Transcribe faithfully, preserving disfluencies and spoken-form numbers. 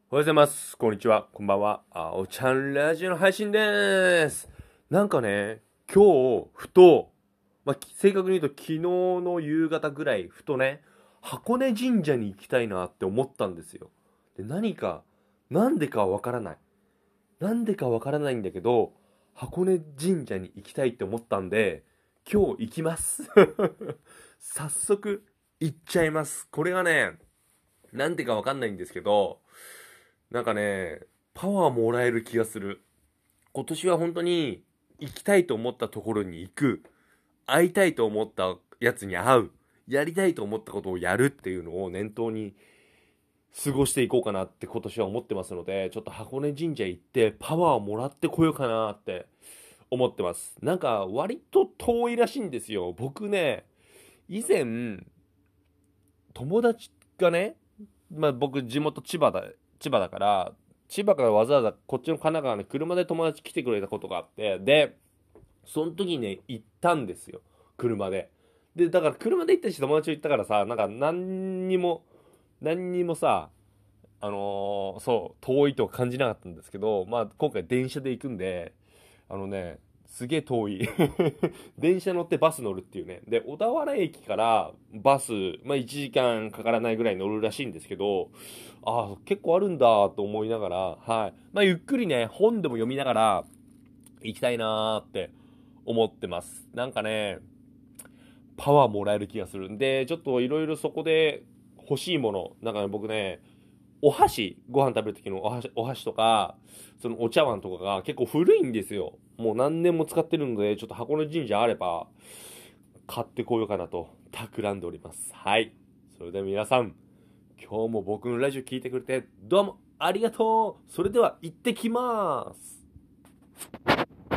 おはようございます。こんにちは。こんばんは。あおちゃんラジオの配信です。なんかね、今日、ふと、まあ、き正確に言うと昨日の夕方ぐらい、ふとね、箱根神社に行きたいなって思ったんですよ。で、何か、なんでかはわからない。なんでかわからないんだけど、箱根神社に行きたいって思ったんで、今日行きます。早速、行っちゃいます。これがね、なんでかわかんないんですけど、なんかね、パワーもらえる気がする。今年は本当に行きたいと思ったところに行く。会いたいと思ったやつに会う。やりたいと思ったことをやるっていうのを念頭に過ごしていこうかなって今年は思ってますので、ちょっと箱根神社行ってパワーをもらってこようかなって思ってます。なんか割と遠いらしいんですよ。僕ね、以前、友達がね、まあ僕地元千葉だ、千葉だから、千葉からわざわざこっちの神奈川に車で友達来てくれたことがあって、で、その時にね、行ったんですよ。車で。で、だから車で行ったし友達と行ったからさ、なんか何にも、何にもさ、あのーそう、遠いとは感じなかったんですけど、まあ今回電車で行くんで、あのね、すげえ遠い。電車乗ってバス乗るっていうね。で、小田原駅からバス、まあいちじかんかからないぐらい乗るらしいんですけど、ああ、結構あるんだと思いながら、はい。まあゆっくりね、本でも読みながら行きたいなーって思ってます。なんかね、パワーもらえる気がするんで、ちょっといろいろそこで欲しいもの、なんかね、僕ね、お箸、ご飯食べる時のお箸、お箸とか、そのお茶碗とかが結構古いんですよ。もう何年も使ってるので、ちょっと箱根神社あれば、買ってこようかなと、企んでおります。はい。それでは皆さん、今日も僕のラジオ聞いてくれて、どうもありがとう。それでは行ってきます。